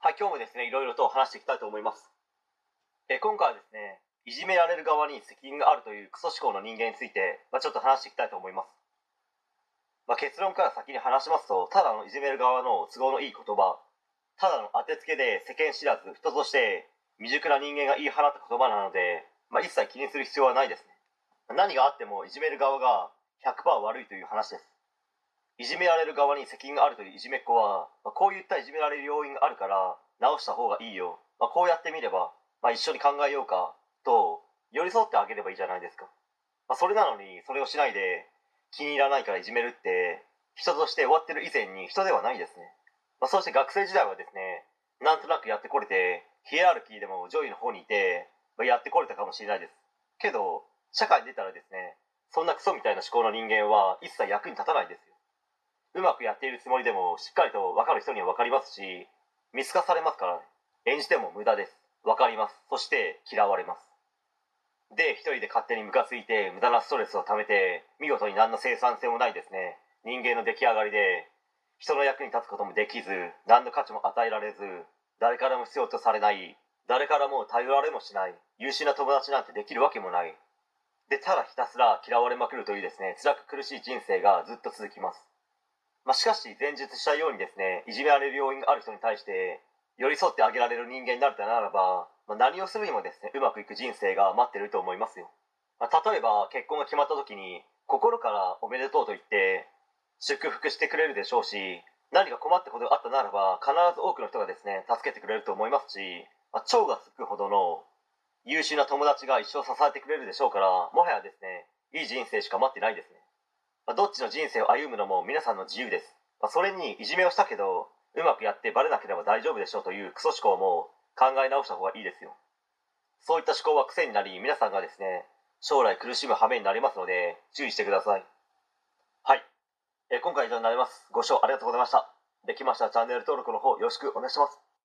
はい、今日もですね、いろいろと話していきたいと思います。今回はですね、いじめられる側に責任があるというクソ思考の人間について、ちょっと話していきたいと思います。結論から先に話しますと、ただのいじめる側の都合のいい言葉、ただの当てつけで世間知らず、人として未熟な人間が言い放った言葉なので、一切気にする必要はないですね。何があってもいじめる側が100%悪いという話です。いじめられる側に責任があるといういじめっ子は、こういったいじめられる要因があるから直した方がいいよ、こうやってみれば、一緒に考えようかと寄り添ってあげればいいじゃないですか。それなのにそれをしないで気に入らないからいじめるって人として終わってる以前に人ではないですね。そして学生時代はですね、なんとなくやってこれてヒエラルキーでも上位の方にいて、やってこれたかもしれないですけど、社会に出たらですね、そんなクソみたいな思考の人間は一切役に立たないですよ。うまくやっているつもりでもしっかりと分かる人には分かりますし、見透かされますからね。演じても無駄です。分かります。そして嫌われます。で、一人で勝手にムカついて無駄なストレスを溜めて、見事に何の生産性もないですね、人間の出来上がりで、人の役に立つこともできず、何の価値も与えられず、誰からも必要とされない、誰からも頼られもしない、優秀な友達なんてできるわけもない。で、ただひたすら嫌われまくるというですね、辛く苦しい人生がずっと続きます。しかし前述したようにですね、いじめられる要因がある人に対して寄り添ってあげられる人間になるとならば、何をするにもですね、うまくいく人生が待ってると思いますよ。例えば結婚が決まった時に心からおめでとうと言って祝福してくれるでしょうし、何か困ったことがあったならば必ず多くの人がですね、助けてくれると思いますし、超がつくほどの優秀な友達が一生支えてくれるでしょうから、もはやですね、いい人生しか待ってないですね。どっちの人生を歩むのも皆さんの自由です。それにいじめをしたけどうまくやってバレなければ大丈夫でしょうというクソ思考も考え直した方がいいですよ。そういった思考は癖になり、皆さんがですね、将来苦しむ羽目になりますので注意してください。はい、今回以上になります。ご視聴ありがとうございました。できましたらチャンネル登録の方よろしくお願いします。